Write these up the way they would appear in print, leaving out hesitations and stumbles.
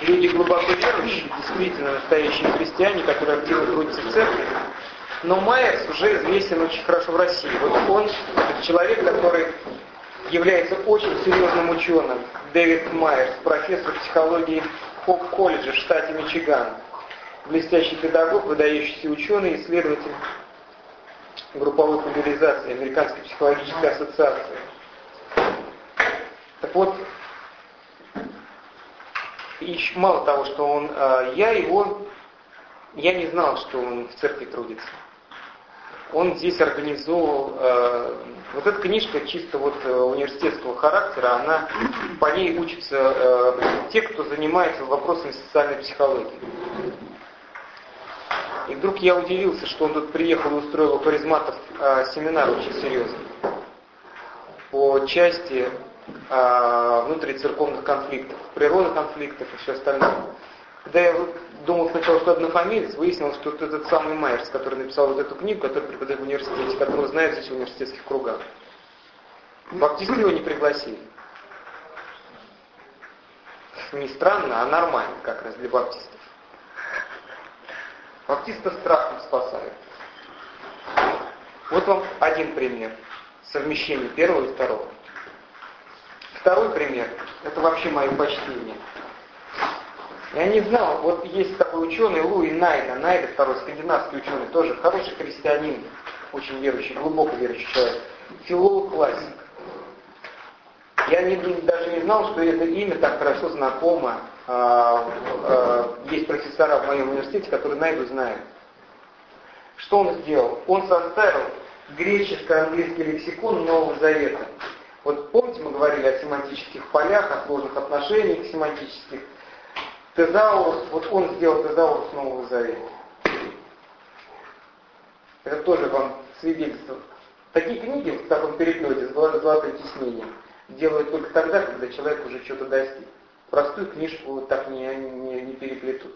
люди глубоко верующие, действительно настоящие христиане, которые активно трудятся в церкви. Но Майерс уже известен очень хорошо в России. Вот он, этот человек, который является очень серьезным ученым, Дэвид Майерс, профессор психологии Хоуп-колледжа в штате Мичиган, блестящий педагог, выдающийся ученый, исследователь групповой поляризации Американской психологической ассоциации. Так вот, еще мало того, что он, я не знал, что он в церкви трудится. Он здесь организовал, вот эта книжка чисто вот университетского характера, она, по ней учатся те, кто занимается вопросами социальной психологии. И вдруг я удивился, что он тут приехал и устроил у харизматов семинар очень серьезный по части внутрицерковных конфликтов, природных конфликтов и все остальное. Когда я думал сначала, что однофамилец, выяснилось, что это этот самый Майерс, который написал вот эту книгу, который преподает в университете, которого знают здесь в университетских кругах. Баптисты его не пригласили. Не странно, а нормально как раз для баптистов. Баптистов страхом спасают. Вот вам один пример совмещения первого и второго. Второй пример, это вообще мое почтение. Я не знал, вот есть такой ученый Луи Найда, второй скандинавский ученый, тоже хороший христианин, очень верующий, глубоко верующий человек, филолог-классик. Я даже не знал, что это имя так хорошо знакомо. Есть профессора в моем университете, которые Найду знают. Что он сделал? Он составил греческо-английский лексикон Нового Завета. Вот помните, мы говорили о семантических полях, о сложных отношениях семантических. Тезаурус, вот он сделал тезаурус Нового Завета. Это тоже вам свидетельство. Такие книги в таком переплете с золотым тиснением делают только тогда, когда человек уже что-то достиг. Простую книжку вот так не переплетут.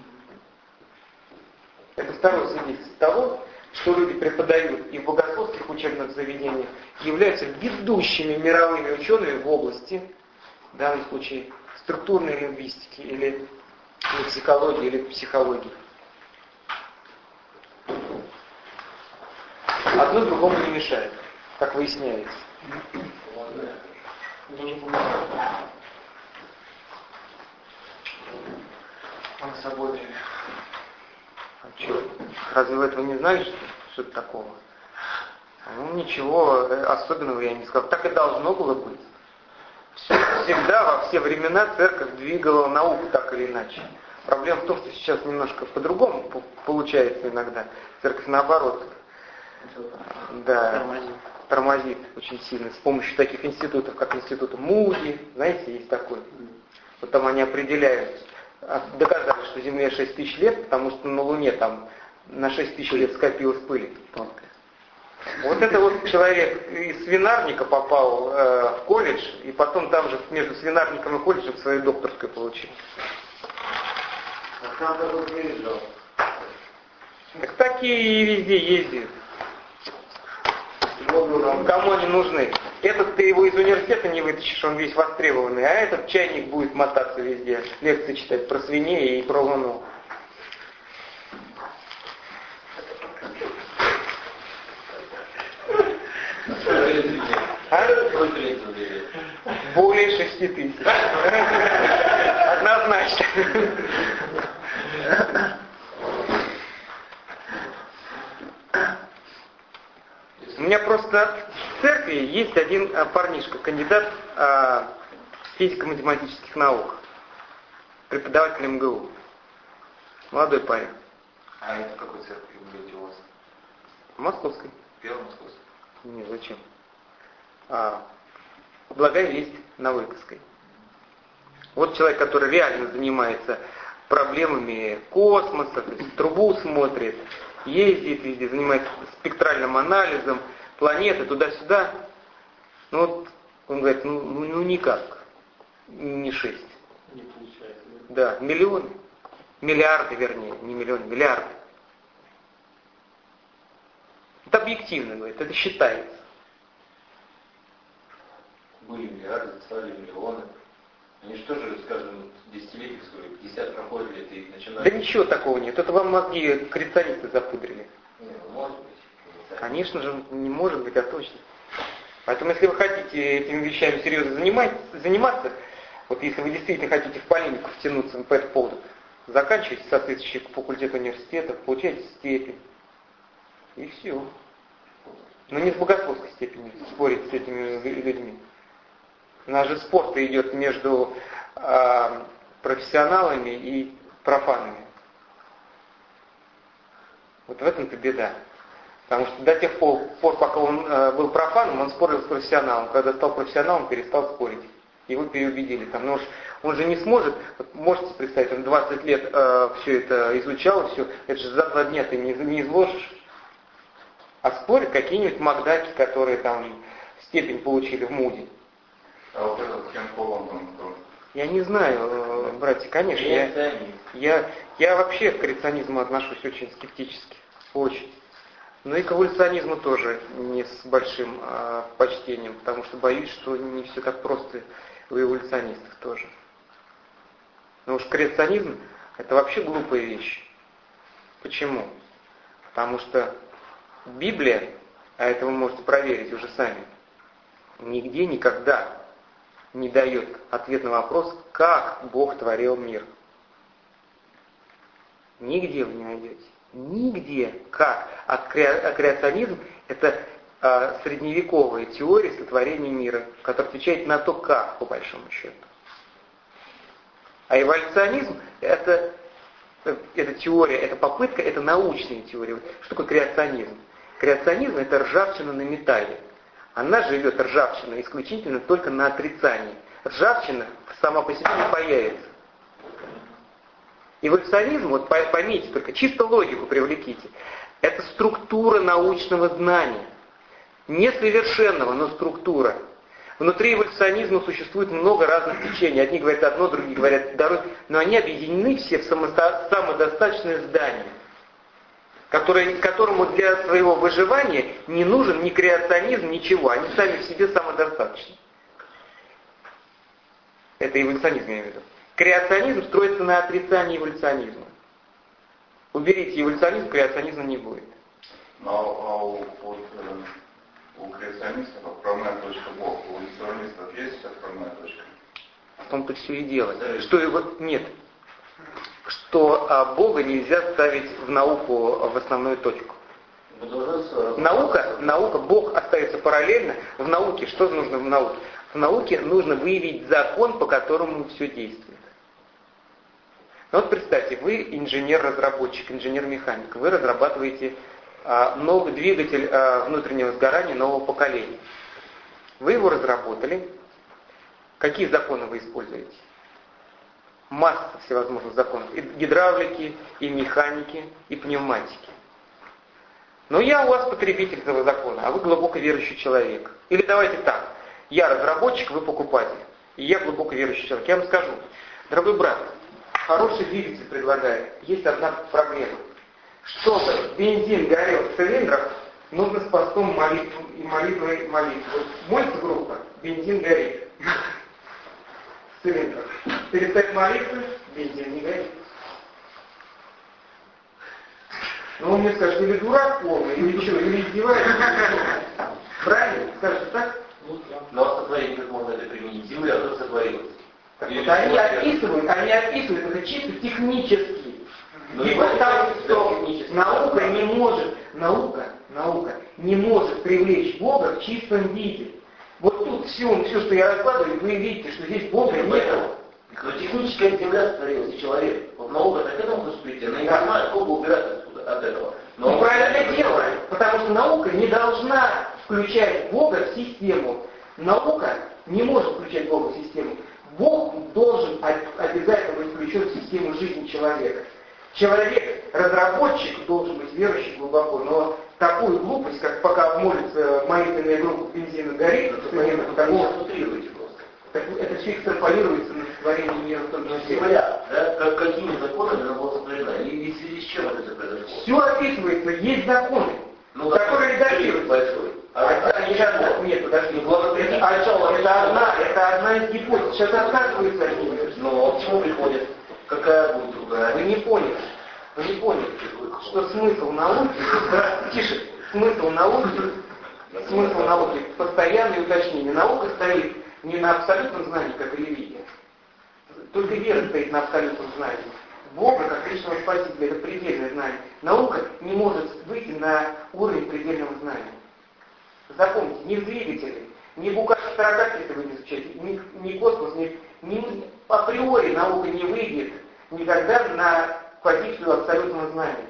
Это второе свидетельство того, что люди преподают и в богословских учебных заведениях, являются ведущими мировыми учеными в области, в данном случае, структурной лингвистики или лексикологии или психологии. Одно другому не мешает, как выясняется. Он свободен. А что? Разве вы этого не знали, что это такого? Ну ничего особенного я не сказал. Так и должно было быть. Всегда, во все времена церковь двигала науку так или иначе. Проблема в том, что сейчас немножко по-другому получается иногда. Церковь наоборот. Да, тормозит очень сильно. С помощью таких институтов, как институт Муди, знаете, есть такой. Вот там они определяют, доказали, что Земле 6 тысяч лет, потому что на Луне там на 6 тысяч лет скопилось пыли тонкой. Вот это вот человек из свинарника попал в колледж, и потом там же между свинарником и колледжем свою докторскую получил. А там был пережил. Так такие и везде ездят. Кому они нужны? Этот ты его из университета не вытащишь, он весь востребованный, а этот чайник будет мотаться везде, лекции читать про свиней и про Луну. Более 6 тысяч. Однозначно. У меня просто в церкви есть один парнишка, кандидат физико-математических наук, преподаватель МГУ. Молодой парень. А это в какой церкви вы будете у вас? В Московской. Первый московский? Нет, зачем? Благая весть на Выковской. Вот человек, который реально занимается проблемами космоса, то есть трубу смотрит, ездит везде, занимается спектральным анализом, планеты туда-сюда. Ну вот, он говорит, ну никак, не 6. Не получается. Да, миллионы, миллиарды вернее, не миллионы, миллиарды. Это объективно, говорит, это считается. Были миллиарды, стали миллионы. Они что же, скажем, десятилетия свои 50 проходит лет и начинает... Да ничего такого нет. Это вам мозги креационисты запудрили. Не, ну, может быть. Конечно же, не может быть, а точно. Поэтому, если вы хотите этими вещами серьезно заниматься, вот если вы действительно хотите в полемику втянуться по этому поводу, заканчивайте соответствующий факультет университета, получайте степень. И все. Но не с богословской степенью спорить с этими людьми. У нас же спор идет между профессионалами и профанами. Вот в этом-то беда. Потому что до тех пор, пока он был профаном, он спорил с профессионалом. Когда стал профессионалом, перестал спорить. Его переубедили. Там, но он же не сможет, вот можете представить, он 20 лет все это изучал, все, это же за 2 дня ты не изложишь. А спорят какие-нибудь макдаки, которые там степень получили в МУДе. А вот этот Кен Холланд, он кто? Я не знаю, братья, конечно. Я вообще к креационизму отношусь очень скептически. Очень. Но и к эволюционизму тоже не с большим почтением, потому что боюсь, что не все так просто у эволюционистов тоже. Потому что креационизм — это вообще глупая вещь. Почему? Потому что Библия, а это вы можете проверить уже сами, нигде никогда не дает ответ на вопрос, как Бог творил мир. Нигде вы не найдете. Нигде. Как? А креационизм — это средневековая теория сотворения мира, которая отвечает на то, как, по большому счету. А эволюционизм — это теория, это попытка, это научная теория. Что такое креационизм? Креационизм — это ржавчина на металле. Она живет, ржавчина, исключительно только на отрицании. Ржавчина сама по себе не появится. Эволюционизм, вот поймите только, чисто логику привлеките, это структура научного знания. Несовершенного, но структура. Внутри эволюционизма существует много разных течений. Одни говорят одно, другие говорят второе, но они объединены все в самодостаточное здание, которому для своего выживания не нужен ни креационизм, ничего. Они сами в себе самодостаточны. Это эволюционизм, я имею в виду. Креационизм строится на отрицании эволюционизма. Уберите эволюционизм, креационизма не будет. Но у креационистов отправная точка Бог, у эволюционистов есть отправная точка? В том-то все и дело. Что его нет. Что Бога нельзя ставить в науку в основную точку. Наука, Бог остается параллельно. В науке, что нужно в науке? В науке нужно выявить закон, по которому все действует. Ну вот представьте, вы инженер-разработчик, инженер-механик. Вы разрабатываете новый двигатель внутреннего сгорания нового поколения. Вы его разработали. Какие законы вы используете? Масса всевозможных законов. И гидравлики, и механики, и пневматики. Но я у вас потребитель этого закона, а вы глубоко верующий человек. Или давайте так. Я разработчик, вы покупатель. И я глубоко верующий человек. Я вам скажу, дорогой брат, хороший двигатель предлагает. Есть одна проблема. Чтобы бензин горел в цилиндрах, нужно с постом молитву и молитвой молитву. Вот мойте группа, бензин горит. В цилиндрах. Перестать молиться, бензин не горит. Но он мне скажет, или дурак полный, или что, или издевается. Правильно? Скажете так? Но сотворить как можно это применить? Земля уже сотворилась. Так вот они описывают, это чисто технически. И вот там, что наука не может привлечь Бога в чистом виде. Вот тут все, что я раскладываю, вы видите, что здесь Бога нет. Но техническая земля сотворилась, и человек. Вот наука так к этому может прийти, она не понимает, сколько убираться от этого. Но правильно делает, потому что наука не должна включать Бога в систему. Наука не может включать Бога в систему. Бог должен обязательно быть включен в систему жизни человека. Человек, разработчик, должен быть верующий глубоко, но такую глупость, как пока молится молитвенная группа бензина горит, это все экстраполируется на сотворение мира в том числе. Земля, да? Какими законами она была сотворена? И в связи с чем это произошло? Все описывается, есть законы, которые датируют. Большой. Нет, подожди. Это одна из гипотез. Сейчас отказываются от них. Но к чему приходят? какая будет другая? Вы не поняли, что смысл науки, тише, смысл науки постоянное уточнение. Наука стоит не на абсолютном знании, как религия. Только вера стоит на абсолютном знании. Бога, как личного спасителя, это предельное знание. Наука не может выйти на уровень предельного знания. Запомните, ни в двигателе, ни букашки таракатки, если вы не изучаете, ни космос, ни априори наука не выйдет никогда на позицию абсолютного знания.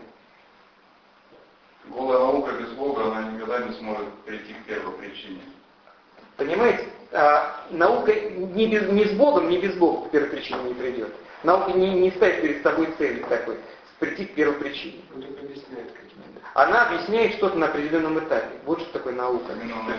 Голая наука без Бога, она никогда не сможет прийти к первопричине. Понимаете? Наука ни с Богом, ни без Бога к первопричине не придет. Наука не ставит перед собой целью такой, прийти к первопричине. Она объясняет что-то на определенном этапе. Вот что такое наука.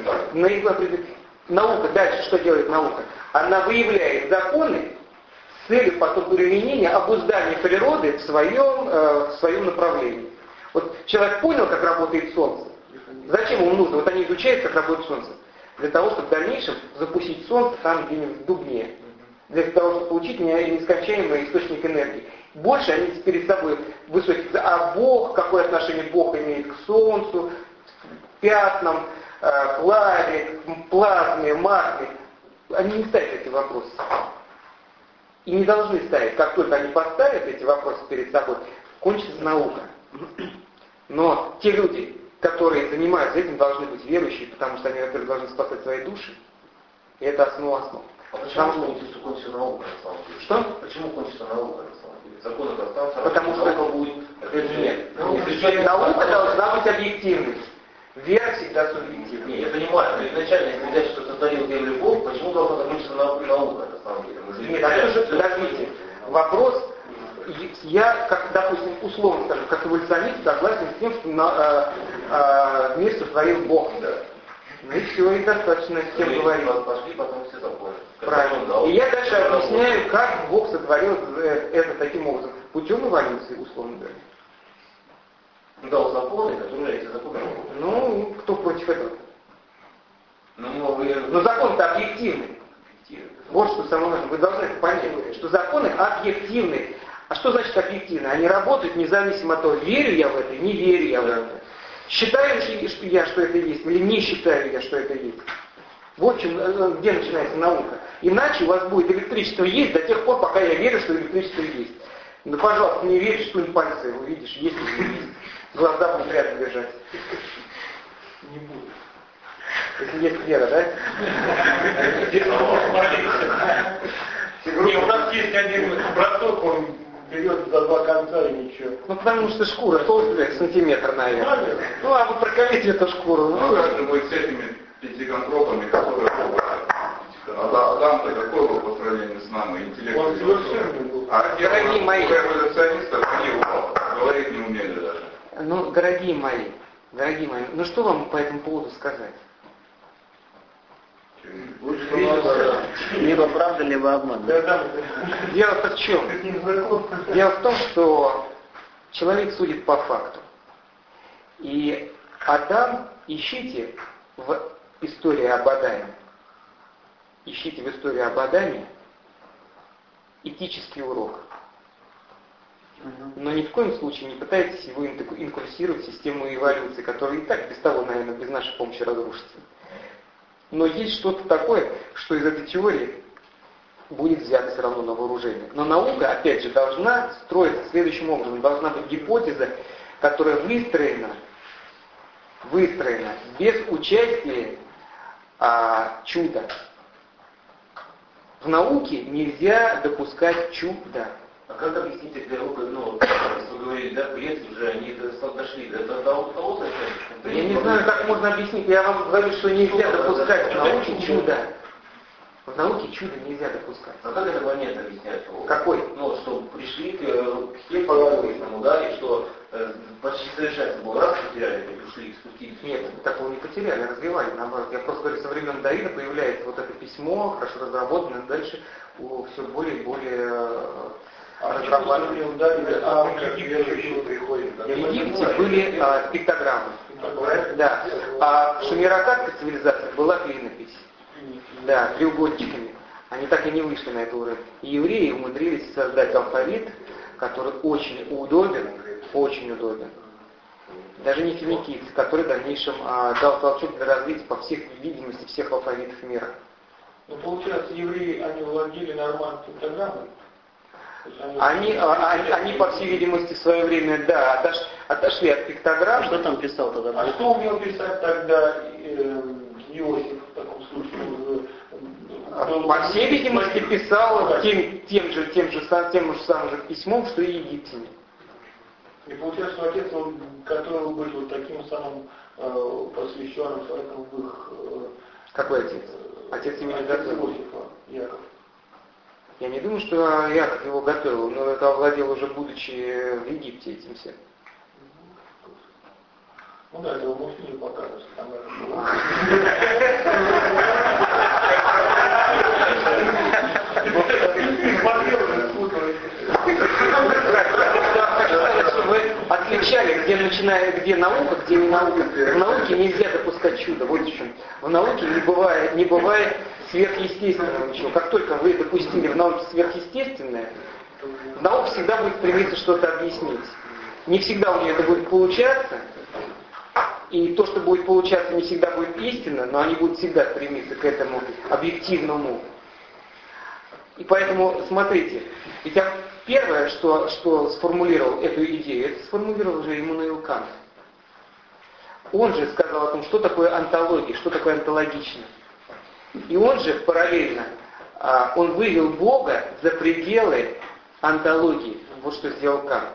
Наука, дальше что делает наука? Она выявляет законы с целью потом применения, обуздания природы в своем направлении. Вот человек понял, как работает Солнце. Зачем ему нужно? Вот они изучают, как работает Солнце. Для того, чтобы в дальнейшем запустить Солнце там где-нибудь в Дубне. Для того, чтобы получить нескончаемый источник энергии. Больше они перед собой высокие. А Бог, какое отношение Бог имеет к Солнцу, к пятнам, к лаве, к плазме, магме. Они не ставят эти вопросы. И не должны ставить. Как только они поставят эти вопросы перед собой, кончится наука. Но те люди, которые занимаются этим, должны быть верующие, потому что они, во-первых, должны спасать свои души. И это основа основ. А почему кончится наука на самом деле? Что? Почему кончится наука на самом деле? Законы останутся, потому что наука будет... Нет. Наука должна быть объективной. Вера всегда субъективна. Нет, я понимаю, но изначально, если взять, что сотворил землю Бог, почему должна закончиться наука на самом деле? Нет, так же, подождите. Вопрос, я, как, допустим, условно скажу, как эволюционист, согласен с тем, что мир сотворил Бог. Да. Ну и все, и достаточно с тем говорить. Пошли, потом все законы. Правильно. И я дальше объясняю, как Бог сотворил это таким образом. Путем эволюции, условно говоря. Дал законы, которые эти законы работают. Ну, кто против этого? Но закон-то объективный. Вот что самое важное. Вы должны это понять, что законы объективны. А что значит объективны? Они работают независимо от того, верю я в это, не верю я в это. Считаю я, что это есть, или не считаю я, что это есть. Вот где начинается наука. Иначе у вас будет электричество есть до тех пор, пока я верю, что электричество есть. Ну, пожалуйста, не веришь, что пальцы увидишь, есть или не есть. Глаза будут рядом лежать. Не будет. Если есть вера, да? Не, у нас есть один браток, он берет за два конца и ничего. Ну, потому что шкура толстая, сантиметр, наверное. Ну, а вы прокалите эту шкуру. Ну, как же быть с этими пятиконтропами, которые... Адам-то какой был по сравнению с нами, интеллект? Он совершенно был. А дорогие мои эволюционистов, они говорить не умели даже. Ну, дорогие мои, ну что вам по этому поводу сказать? либо правда, либо обман. Дело-то в чем? Дело в том, что человек судит по факту. И Адам, ищите в истории об Адаме, ищите в истории об Адаме этический урок. Но ни в коем случае не пытайтесь его инкурсировать в систему эволюции, которая и так без того, наверное, без нашей помощи разрушится. Но есть что-то такое, что из этой теории будет взято все равно на вооружение. Но наука, опять же, должна строиться следующим образом. Должна быть гипотеза, которая выстроена без участия чуда. В науке нельзя допускать чуда. А как объяснить, если вы говорите, да, предки уже, они дошли до того зачем? Я не знаю, как можно объяснить. Я вам говорю, что нельзя допускать в науке чудо. В науке чудо нельзя допускать. А как этот момент объяснять? Какой? Что пришли к хепалоизному, да, и что почти совершенство было, раз потеряли, ушли, спустились. Нет, такого не потеряли, развивали, наоборот. Я просто говорю, со времен Давида появляется вот это письмо, хорошо разработанное, дальше все более и более разрабатывали. В Египте были пиктограммы. Да. А в шумеро-аккадской цивилизации была клинопись. Да, треугольничками. Они так и не вышли на этот уровень. И евреи умудрились создать алфавит, который очень удобен. Даже не финикийцы, который в дальнейшем дал толчок для развития по всех видимости всех алфавитов мира. Ну, получается, евреи, они владели нормальной пиктограммой? Они, по всей видимости, в свое время, да, отошли от пиктограммы. Что там писал тогда? А что умел писать тогда Иосиф в таком случае? По всей видимости, писал тем же самым письмом, что и египтяне. И получается, что отец, он готов быть вот таким самым посвященным человеком в их... Какой отец? Отец именно готовил. Иосифа, Яков. Я не думаю, что Яков его готовил, но это овладел уже будучи в Египте этим всем. Ну да, его мультфильм показывают, что там вы отличали, где наука, где не наука. В науке нельзя допускать чудо. Вот в чем. В науке не бывает сверхъестественного ничего. Как только вы допустили в науке сверхъестественное, наука всегда будет стремиться что-то объяснить. Не всегда у нее это будет получаться, и то, что будет получаться, не всегда будет истинно, но они будут всегда стремиться к этому объективному. И поэтому, смотрите, ведь первое, что сформулировал эту идею, это сформулировал уже Иммануил Кант. Он же сказал о том, что такое онтология, что такое онтологичность. И он же параллельно, он вывел Бога за пределы онтологии. Вот что сделал Кант.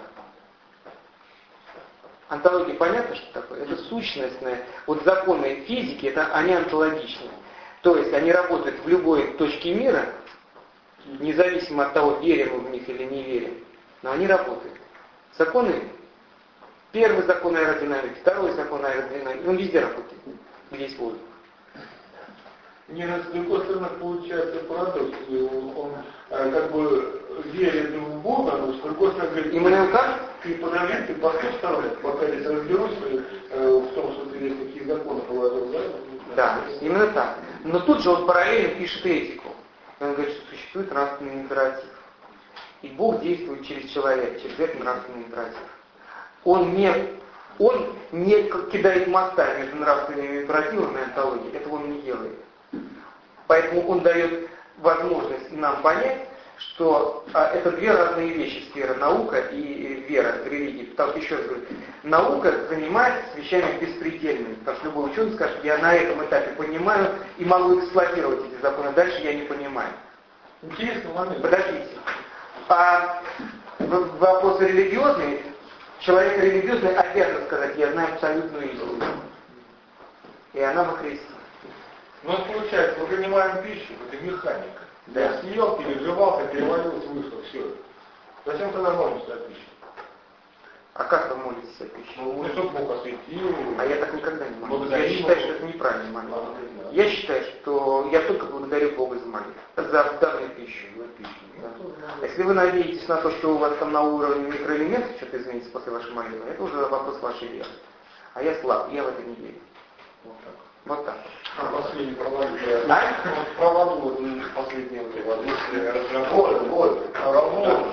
Онтология понятно, что такое? Это сущностное. Вот законы физики, они онтологичны. То есть они работают в любой точке мира, независимо от того, верим мы в них или не верим. Но они работают. Законы, первый закон аэродинамики, второй закон аэродинамики, он везде работает, где есть воздух. Не, с другой стороны, получается парадокс. Он как бы верит в Бога, но с другой стороны говорит, Иммануил Кант? Ты подожди, ты поставь, пока я разберусь в том, что ты здесь какие законы положил, да? Да, именно так. Но тут же он параллельно пишет этику. Он говорит, что существует нравственный императив. И Бог действует через человека, через этот нравственный императив. Он не кидает моста между нравственными императивами и онтологией. Этого он не делает. Поэтому он дает возможность нам понять, что это две разные вещи, сфера наука и вера, религия. Потому что, еще раз говорю, наука занимается с вещами беспредельными. Потому что любой ученый скажет, я на этом этапе понимаю и могу эксплуатировать эти законы, дальше я не понимаю. Интересный момент. Подождите. А вопросы религиозные, человек религиозный обязан сказать, я знаю абсолютную истину. И она во Христе. Но получается, мы принимаем пищу, это механика. Да. Я съел, переживался, перевалился, вышло, все. Зачем тогда молимся о пище? А как вы молитесь о пище? Ну, чтобы Бог осветил. А я так никогда не молюсь. Я Благодарим считаю, Его. что это неправильно молитва. Да. Я считаю, что я только благодарю Бога за молитву, за данную пищу. Да. Если вы надеетесь на то, что у вас там на уровне микроэлементов что-то изменится после вашей молитвы, это уже вопрос вашей веры. А я слаб, я в это не верю. Вот так. Вот так. Последний провод. А? Провод, последний провод. Вот. Работа.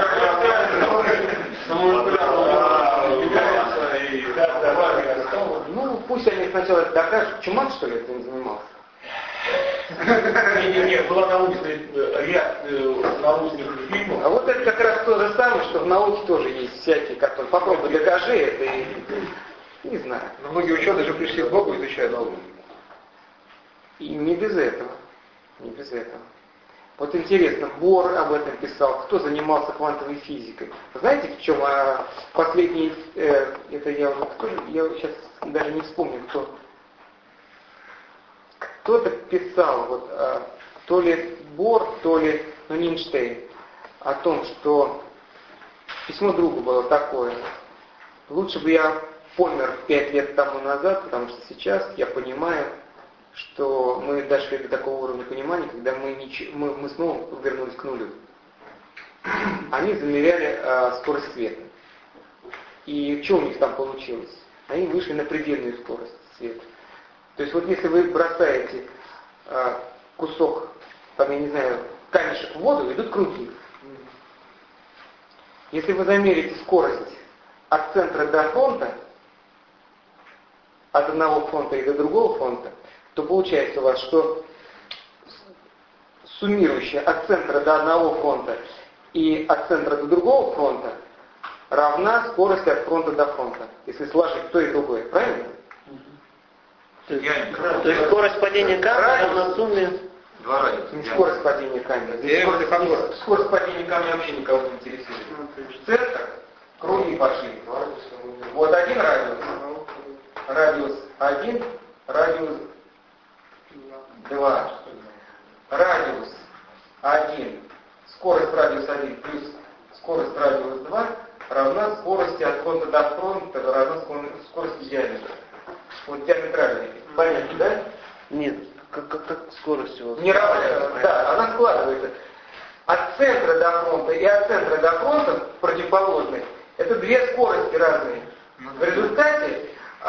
Ну, пусть они сначала это докажут. Чумак, что ли, этим занимался? Не, была научный ряд научных фильмов. А вот это как раз то же самое, что в науке тоже есть всякие, которые попробуй докажи это и... Не знаю. Но многие ученые же пришли к Богу, изучая науку. И не без этого. Не без этого. Вот интересно, Бор об этом писал, кто занимался квантовой физикой. Знаете, в чем последний, это я сейчас даже не вспомню, кто. Кто-то писал, вот, то ли Бор, то ли Эйнштейн, о том, что письмо другу было такое. Лучше бы я помер 5 лет тому назад, потому что сейчас я понимаю, что мы дошли до такого уровня понимания, когда мы снова вернулись к нулю. Они замеряли скорость света. И что у них там получилось? Они вышли на предельную скорость света. То есть вот если вы бросаете кусок там, я не знаю, камешек в воду, идут круги. Если вы замерите скорость от центра до фронта, от одного фронта и до другого фронта, то получается у вас, что суммирующая от центра до одного фронта и от центра до другого фронта равна скорости от фронта до фронта, если сложить то и другое. Правильно? То есть скорость падения камня равна сумме... Два радиуса. Не скорость падения камня. Скорость падения камня вообще никого не интересует. Центр, круги пошли. Вот один радиус. Радиус 1, радиус 2. Радиус 1, скорость радиус 1 плюс скорость радиус 2 равна скорости от фронта до фронта, равна скорости диаметра. Вот диаметральный. Понятно, да? Нет, как скорость у вас? Не равна, да, она складывается. От центра до фронта и от центра до фронта противоположные. Это две скорости разные. В результате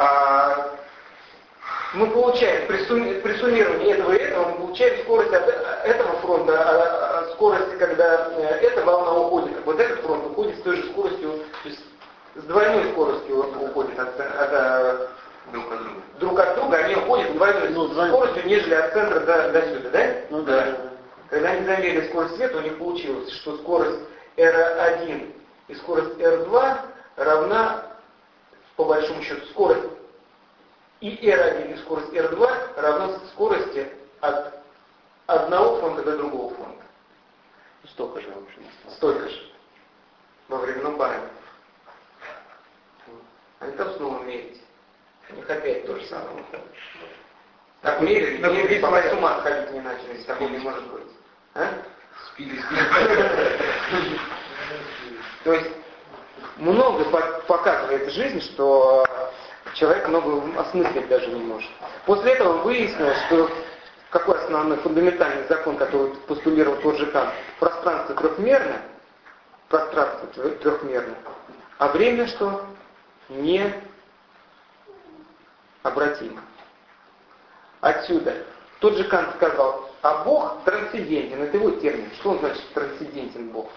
мы получаем при суммировании этого и этого, мы получаем скорость от этого фронта, скорость, когда эта волна уходит, вот этот фронт уходит с той же скоростью, то есть с двойной скоростью уходит друг от друга, они уходят с двойной скоростью, нежели от центра до сюда, да? Ну да. Когда они замерили скорость света, у них получилось, что скорость R1 и скорость R2 равна, по большому счету, скорость и R1 и скорость R2 равна скорости от одного фронта до другого фронта. Столько же, в общем. Столько же. Во временном параметре. Они там снова мерить. У них опять то же самое. Так мерили, пока с ума сходить не начали, такого не может быть. А? Спились. То есть много показывает жизнь, что человек много осмыслить даже не может. После этого выяснилось, что какой основной фундаментальный закон, который постулировал тот же Кант, пространство трехмерно, а время что? Не обратимо. Отсюда тот же Кант сказал, а Бог трансцендентен. Это его термин. Что он значит трансцендентен Бог?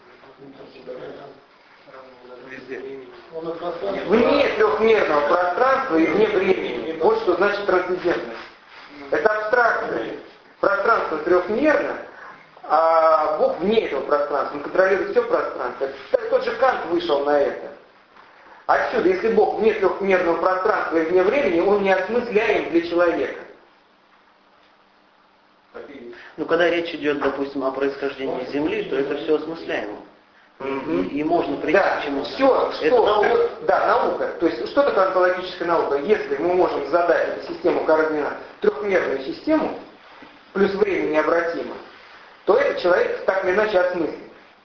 Вне трехмерного пространства и вне времени. Вот что значит трансцендентность. Это абстракция. Пространство трехмерно, а Бог вне этого пространства. Он контролирует все пространство. Тот же Кант вышел на это. Отсюда, если Бог вне трехмерного пространства и вне времени, он не осмысляем для человека. Ну, когда речь идет, допустим, о происхождении Земли, то это все осмысляемо. И можно прийти к чему-то. Все, это наука. Да, наука. То есть, что такое онтологическая наука? Если мы можем задать эту систему координат, трехмерную систему, плюс время необратимо, то этот человек так или иначе осмыслит.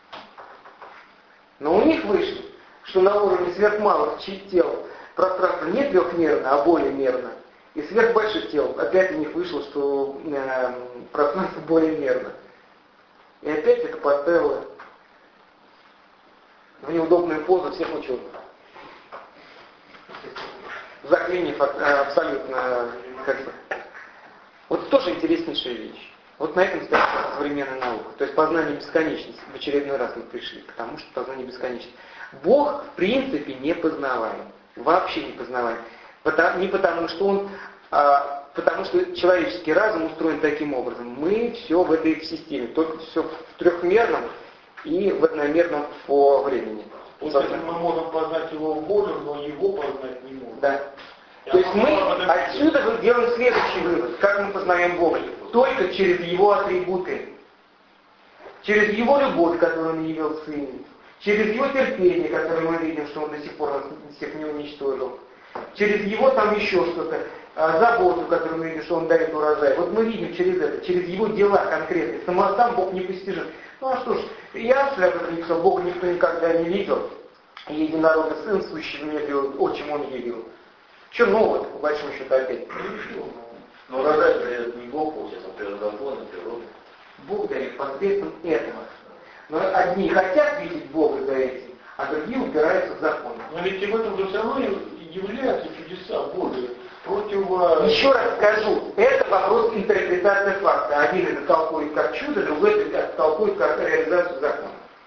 Но у них вышло, что на уровне сверхмалых тел пространство не трехмерно, а более-мерно. И сверхбольших тел опять у них вышло, что пространство более-мерно. И опять это поставило в неудобную позу всех ученых. Заклинив абсолютно как бы. Вот тоже интереснейшая вещь. Вот на этом стоит современная наука. То есть познание бесконечности. В очередной раз мы пришли к тому, что познание бесконечности. Бог в принципе не познаваем. Вообще не познаваем. Не потому что он, потому что человеческий разум устроен таким образом. Мы все в этой системе, только все в трехмерном и в одномерном по времени. Вот если мы можем познать его волю, но его познать не можем. Да. То есть мы отсюда делаем следующий вывод. Как мы познаем Бога? Только через его атрибуты. Через его любовь, которую он явил в Сыне. Через его терпение, которое мы видим, что он до сих пор нас всех не уничтожил. Через его там еще что-то, заботу, которую мы видим, что он дает урожай. Вот мы видим через это, через его дела конкретные. Сам Бог непостижим. Ну а что ж, я об этом не писал, Бога никто никогда не видел. И единородный Сын, сущий в небе, отчим он явил. Что нового, по большому счету, опять? Но урожай дает не Бог, получается, а природополный, природа. Бог дает посредством этого. Но одни хотят видеть Бога за этим, а другие упираются в закон. Но ведь и в этом же все равно являются чудеса Божьи. Еще раз скажу, это вопрос интерпретации факта. Один это толкует как чудо, другой это толкует как реализацию закона.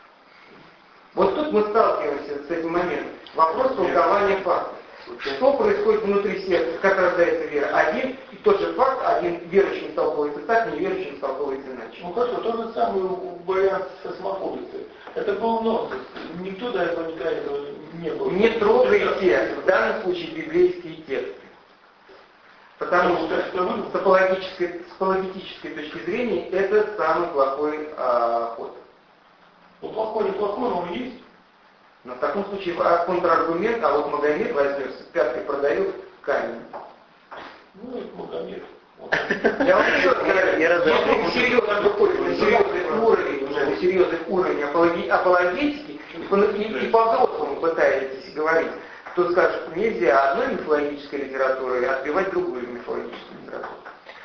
Вот тут мы сталкиваемся с этим моментом. Вопрос толкования факта. Что происходит внутри сердца, как рождается вера? Один и тот же факт, один верующим столкивается так, неверующим столкивается иначе. Ну хорошо, тот же самый вариант со смоковицей. Это был нонсенс. Никто до этого никогда не был. Не трогайте в данном случае библейские тексты. Потому что с апологетической точки зрения это самый плохой ход. Ну плохой, не плохой, но он есть. Но в таком случае контраргумент, а вот Магомед возьмется, пяткой продает камень. Ну, это Магомед. Я вам еще говорю, если мы серьезно выходим на серьезный уровень апологетики, и по-взрослому пытаетесь говорить, то скажут, нельзя одной мифологической литературой отбивать другую мифологическую литературу.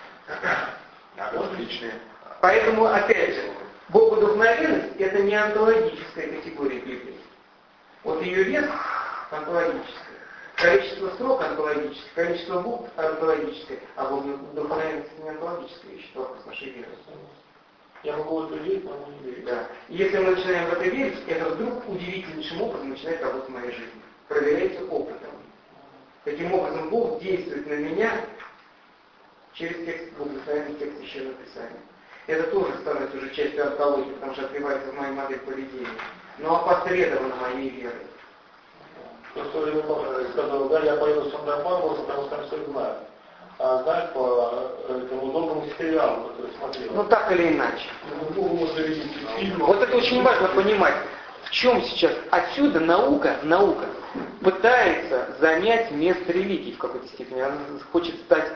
Отлично. Поэтому, опять же, богодухновенность – это не онтологическая категория Библии. Вот ее вес онтологическое, количество строк онтологическое, количество букв онтологическое, а богодухновенность не онтологическая вещь, это вопрос нашей веры. Я могу в это верить, могу не верить. Да. И если мы начинаем в это верить, это вдруг удивительнейшим образом начинает работать в моей жизни. Проверяется опытом. Таким образом, Бог действует на меня через текст, благословенный текст Священного Писания. Это тоже становится уже частью онтологии, потому что открывается в моей модели поведения. Но опосредованно моей верой. В то время сказал, да, я поеду в Сан-Паулу, потому что там все знают. А знают по этому долгому сериалу, который смотрел. Ну так или иначе. Можно видеть фильм. Вот это очень важно понимать. В чем сейчас отсюда наука пытается занять место религии в какой-то степени. Она хочет стать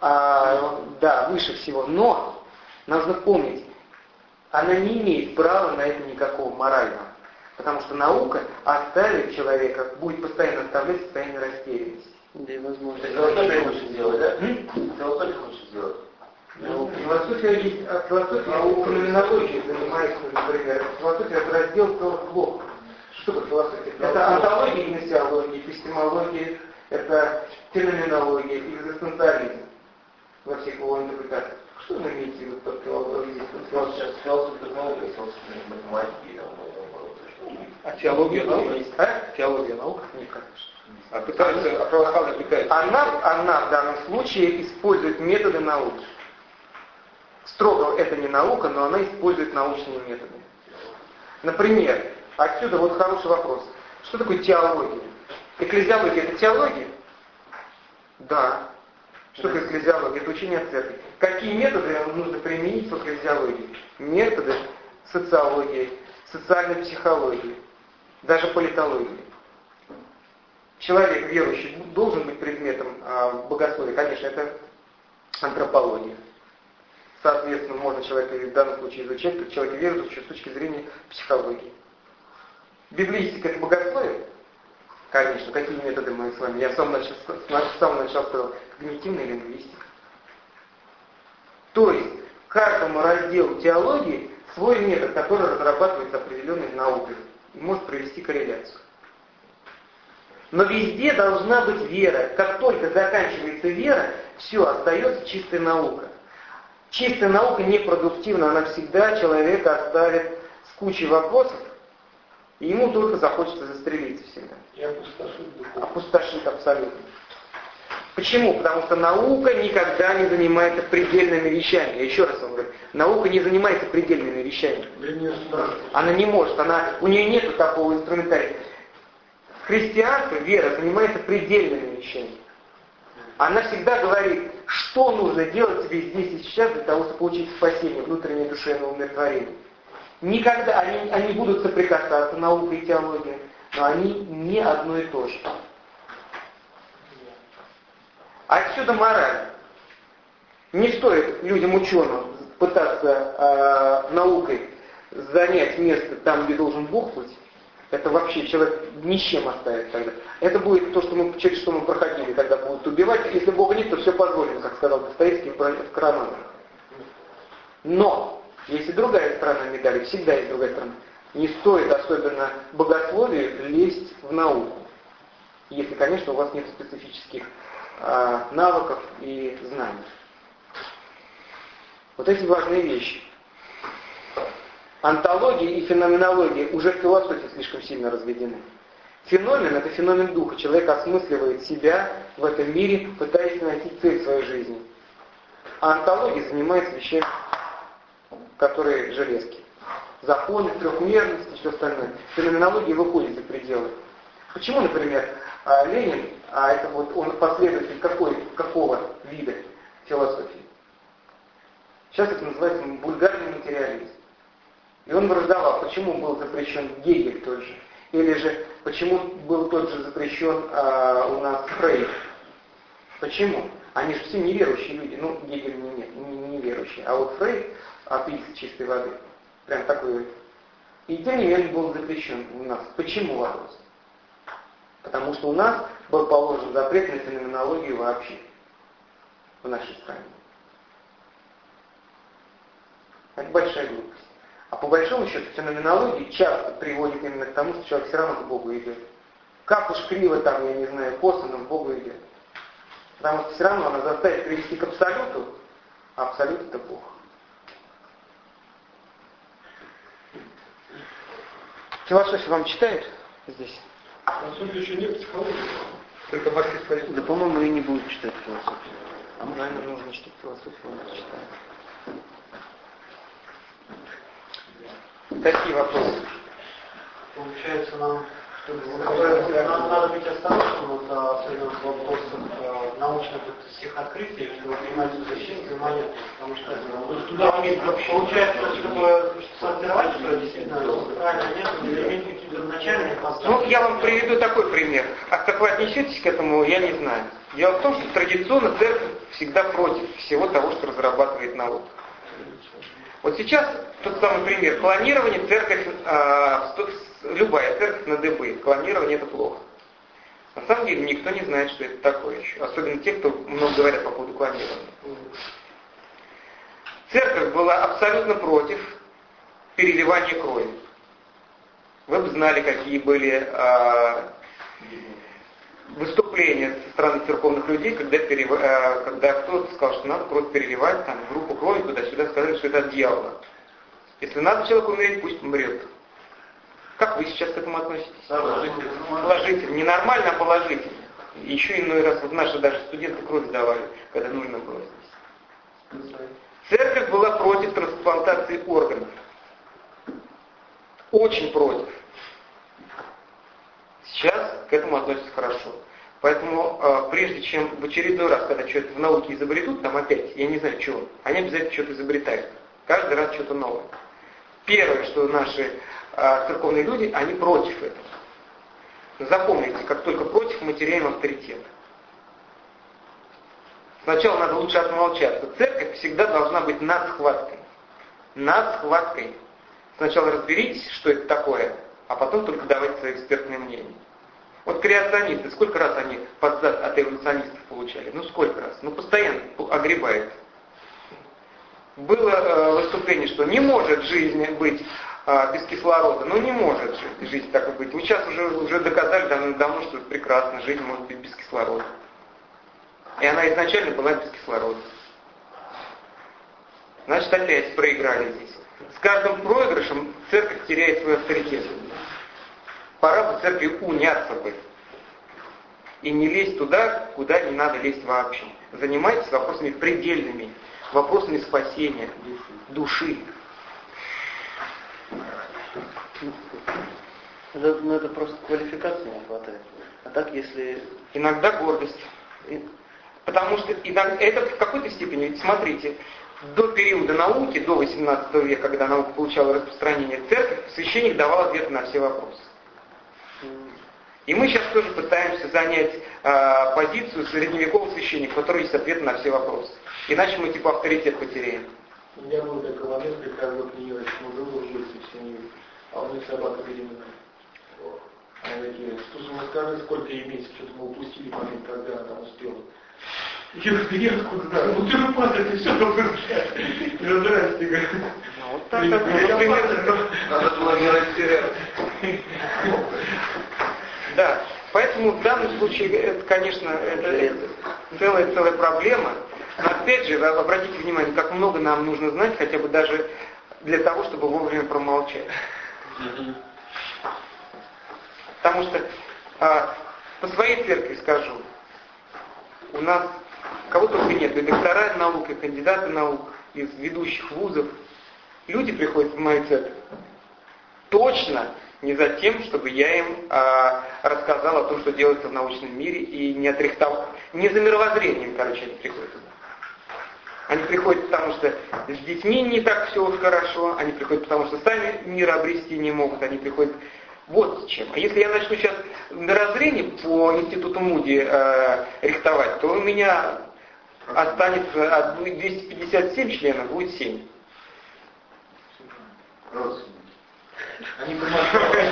выше всего. Но нужно помнить, она не имеет права на это никакого морального. Потому что наука оставит человека, будет постоянно оставлять состояние растерянности. Да, возможно. Философия хочет сделать, да? Философия хочет сделать. Философия феноменологией занимается, например. Философия – это раздел целых блоков. Что такое философия? Это онтология, гносеология, эпистемология, это феноменология, экзистенциализм во всех его интерпретациях. Что вы имеете в виду под философией? Сейчас философия технологии, философия математики. А теология наука? Теология наука? Нет, конечно. А православные пытаются. Она в данном случае использует методы науки. Строго это не наука, но она использует научные методы. Например, отсюда вот хороший вопрос. Что такое теология? Экклезиология – это теология? Да. Что такое экклезиология? Это учение о церкви. Какие методы нужно применить в экклезиологии? Методы социологии, социальной психологии, даже политологии. Человек верующий должен быть предметом богословия. Конечно, это антропология. Соответственно, можно человека в данном случае изучать, как человек верующий с точки зрения психологии. Библеистика – это богословие? Конечно. Какие методы мы с вами? Я с самого начала сказал, когнитивная лингвистика. То есть, каждому разделу теологии свой метод, который разрабатывается определенной наукой и может провести корреляцию. Но везде должна быть вера. Как только заканчивается вера, все, остается чистая наука. Чистая наука непродуктивна, она всегда человека оставит с кучей вопросов, и ему только захочется застрелиться всегда. И опустошит духовно. Опустошит абсолютно. Почему? Потому что наука никогда не занимается предельными вещами. Я еще раз вам говорю, наука не занимается предельными вещами. Она не может, у нее нет такого инструментария. Христианство, вера, занимается предельными вещами. Она всегда говорит, что нужно делать тебе здесь и сейчас для того, чтобы получить спасение, внутреннее душевное умиротворение. Никогда они будут соприкасаться, наука и теология, но они не одно и то же. Отсюда мораль. Не стоит людям ученым пытаться наукой занять место там, где должен Бог быть. Это вообще человек ни с чем оставит тогда. Это будет то, через что мы проходили, когда будут убивать. Если Бога нет, то все позволено, как сказал Достоевский в Карамазовых. Но, есть и другая сторона медали, всегда есть другая сторона. Не стоит, особенно богословию, лезть в науку. Если, конечно, у вас нет специфических навыков и знаний. Вот эти важные вещи. Онтология и феноменология уже в философии слишком сильно разведены. Феномен – это феномен духа. Человек осмысливает себя в этом мире, пытаясь найти цель в своей жизни. А онтология занимается вещами, которые железки. Законы, трехмерность и все остальное. Феноменология выходит за пределы. Почему, например, Ленин, это вот он последователь какого вида философии? Сейчас это называется вульгарный материализм. И он враждовал, почему был запрещен Гегель тот же. Или же, почему был тот же запрещен у нас Фрейд. Почему? Они же все неверующие люди. Ну, Гегель не верующий. А вот Фрейд атеист чистой воды. Прям такой вот. И тем не менее был запрещен у нас. Почему вопрос? Потому что у нас был положен запрет на феноменологию вообще. В нашей стране. Это большая глупость. А по большому счету феноменология часто приводит именно к тому, что человек все равно к Богу идет. Как уж криво там, я не знаю, косо, но к Богу идет. Потому что все равно она заставит привести к абсолюту, а абсолют это Бог. Философию вам читают здесь? Философии еще нет, психологии. Только марксист. Да, по-моему, и не будут читать философию. А может, наверное, нужно читать философию, он это читает. Какие вопросы? Получается, нам надо быть осторожным вот, особенно в вопросах научных всех открытий, чтобы принимать защиту внимание, потому что получается, чтобы сформировать, что действительно правильно нет, или иметь какие-то начальные поставки. Ну, я вам приведу такой пример. А как вы отнесетесь к этому, я не знаю. Дело в том, что традиционно церковь всегда против всего того, что разрабатывает наука. Вот сейчас тот самый пример. Клонирование, церковь, любая церковь на дыбы. Клонирование это плохо. На самом деле никто не знает, что это такое еще. Особенно те, кто много говорят по поводу клонирования. Церковь была абсолютно против переливания крови. Вы бы знали, какие были выступления со стороны церковных людей, когда кто-то сказал, что надо кровь переливать, там, группу крови туда-сюда, сказали, что это от дьявола. Если надо человеку умереть, пусть умрет. Как вы сейчас к этому относитесь? Положительно. Не нормально, а положительно. Еще иной раз, вот наши даже студенты кровь давали, когда нужно было здесь. Церковь была против трансплантации органов. Очень против. Сейчас к этому относятся хорошо. Поэтому, прежде чем в очередной раз, когда что-то в науке изобретут, там опять, я не знаю чего, они обязательно что-то изобретают. Каждый раз что-то новое. Первое, что наши церковные люди, они против этого. Запомните, как только против, мы теряем авторитет. Сначала надо лучше отмолчаться. Церковь всегда должна быть над схваткой. Над схваткой. Сначала разберитесь, что это такое, а потом только давайте свои экспертные мнения. Вот креационисты, сколько раз они под зад от эволюционистов получали? Ну сколько раз? Ну постоянно огребают. Было выступление, что не может жизнь быть без кислорода. Ну не может жизнь так быть. Вы сейчас уже доказали давно, что это прекрасно, жизнь может быть без кислорода. И она изначально была без кислорода. Значит, опять проиграли здесь. С каждым проигрышем церковь теряет свой авторитет. Пора бы церкви уняться бы. И не лезть туда, куда не надо лезть вообще. Занимайтесь вопросами предельными, вопросами спасения души. Ну это просто квалификации не хватает. А так если... Иногда гордость. Потому что это в какой-то степени, ведь смотрите, до периода науки, до 18 века, когда наука получала распространение, церковь, священник давал ответы на все вопросы. И мы сейчас тоже пытаемся занять позицию средневекового священника, у которого есть ответы на все вопросы. Иначе мы типа авторитет потеряем. У меня был такой момент, когда тренировать, мы выложились в семью, а у них собака беременная. Они такие, слушай, ну скажи, сколько ей месяцев, что-то мы упустили момент, когда она там успела. Я откуда знаю, ну ты же пастор, ты все должен знать. Здрасте, говорю. Вот так, примерно. Надо было не растеряться. Да, поэтому в данном случае, это, конечно, целая проблема. Но опять же, обратите внимание, как много нам нужно знать, хотя бы даже для того, чтобы вовремя промолчать. Потому что по своей церкви скажу, у нас кого только нет, и доктора наук, и кандидаты наук, из ведущих вузов. Люди приходят в мою церковь точно не за тем, чтобы я им рассказал о том, что делается в научном мире, и не отрихтовал. Не за мировоззрением, короче, они приходят. Они приходят, потому что с детьми не так все уж хорошо, они приходят, потому что сами мир обрести не могут, они приходят вот с чем. А если я начну сейчас мировоззрение по институту Муди рихтовать, то у меня останется от 257 членов, будет 7. Они понимают,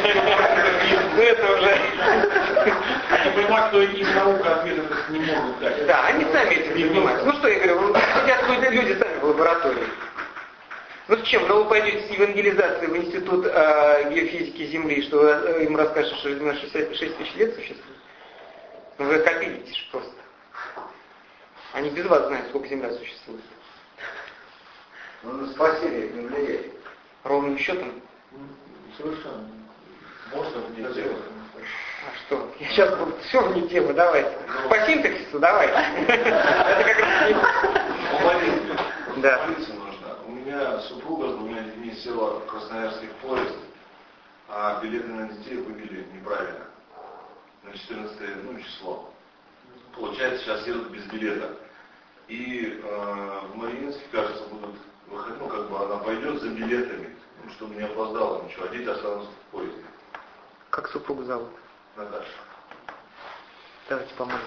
что им наука ответов не могут дать. Да, они сами этим занимаются. Ну что я говорю, сидят люди сами в лаборатории. Ну в чем? Ну вы пойдете с евангелизацией в институт геофизики Земли, что им расскажешь, что Земля 66 тысяч лет существует. Ну вы их обидитесь просто. Они без вас знают, сколько Земля существует. Но на спасение их не влияет. Ровным счетом. Совершенно. Можно вне темы. А что? Я сейчас буду все вне темы, давайте. По синтаксису давайте. Это как раз не... Да. Полиция нужна. У меня супруга с 2 детьми села в Красноярский поезд, а билеты на детей выбили неправильно. На 14 число. Получается, сейчас едут без билета. И в Мариинске, кажется, будут выходить, она пойдет за билетами, чтобы не опоздала ничего, а дети останутся в поезде. Как супругу зовут? Наташа. Давайте помолимся.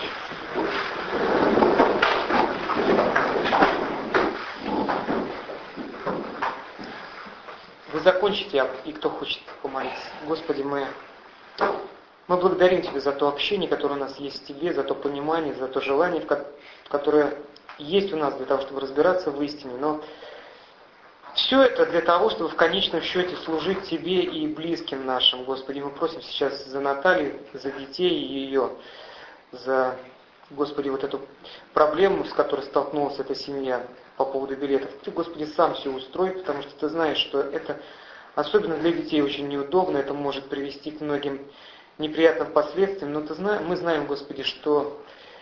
Вы закончите, и кто хочет помолиться. Господи, мы благодарим Тебя за то общение, которое у нас есть с Тебе, за то понимание, за то желание, которое есть у нас для того, чтобы разбираться в истине. Но все это для того, чтобы в конечном счете служить Тебе и близким нашим. Господи, мы просим сейчас за Наталью, за детей и ее, за, Господи, вот эту проблему, с которой столкнулась эта семья по поводу билетов. Ты, Господи, сам все устрой, потому что Ты знаешь, что это, особенно для детей, очень неудобно, это может привести к многим неприятным последствиям. Но мы знаем, Господи, что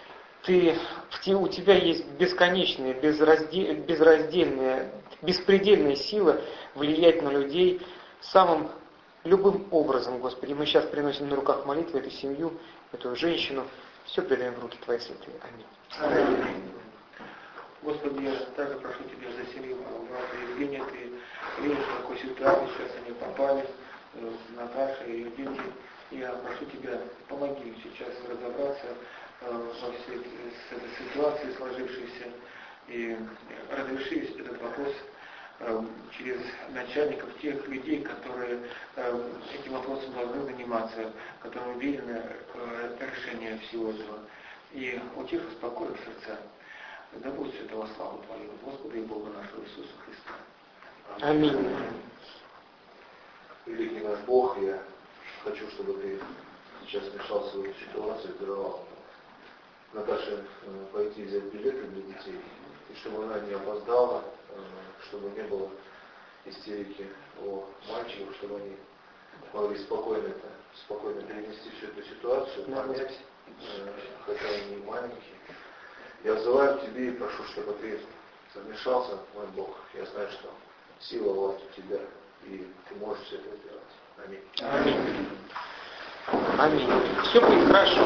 у Тебя есть бесконечная, безраздельная, беспредельная сила влиять на людей самым любым образом, Господи. Мы сейчас приносим на руках молитвы эту семью, эту женщину. Все передаем в руки Твои святые. Аминь. Господи, я также прошу Тебя за семью брата Евгения. Ты видишь, в какой ситуации сейчас они попали, Наташа и ее дети. Я прошу Тебя, помоги им сейчас разобраться во всей этой ситуации сложившейся и разреши этот вопрос через начальников, тех людей, которые этим вопросом должны заниматься, которые уверены в решении всего этого. И утих и спокоен сердца. Да будет этого славу Твою, Господа и Бога нашего Иисуса Христа. Аминь. Великий наш Бог, я хочу, чтобы Ты сейчас вмешался в эту ситуацию и даровал Наташе пойти взять билеты для детей, и чтобы она не опоздала, чтобы не было истерики у мальчиков, чтобы они могли спокойно перенести всю эту ситуацию, понять, хотя они и маленькие. Я взываю к Тебе и прошу, чтобы Ты вмешался, мой Бог. Я знаю, что сила, власть у Тебя, и Ты можешь все это сделать. Аминь. Аминь. Аминь. Все будет хорошо.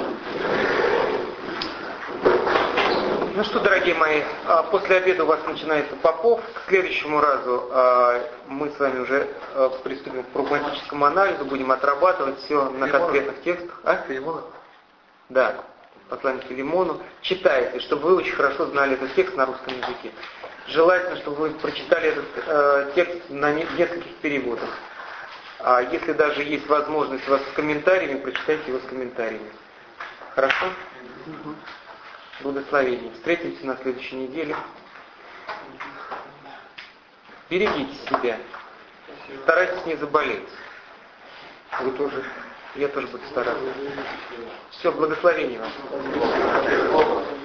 Ну что, дорогие мои, после обеда у вас начинается Попов. К следующему разу мы с вами уже приступим к прагматическому анализу, будем отрабатывать все на конкретных текстах. Филимона? Да, послание к Филимону. Читайте, чтобы вы очень хорошо знали этот текст на русском языке. Желательно, чтобы вы прочитали этот текст на нескольких переводах. А если даже есть возможность у вас с комментариями, прочитайте его с комментариями. Хорошо? Благословение. Встретимся на следующей неделе. Берегите себя. Старайтесь не заболеть. Вы тоже. Я тоже буду стараться. Все, благословение вам.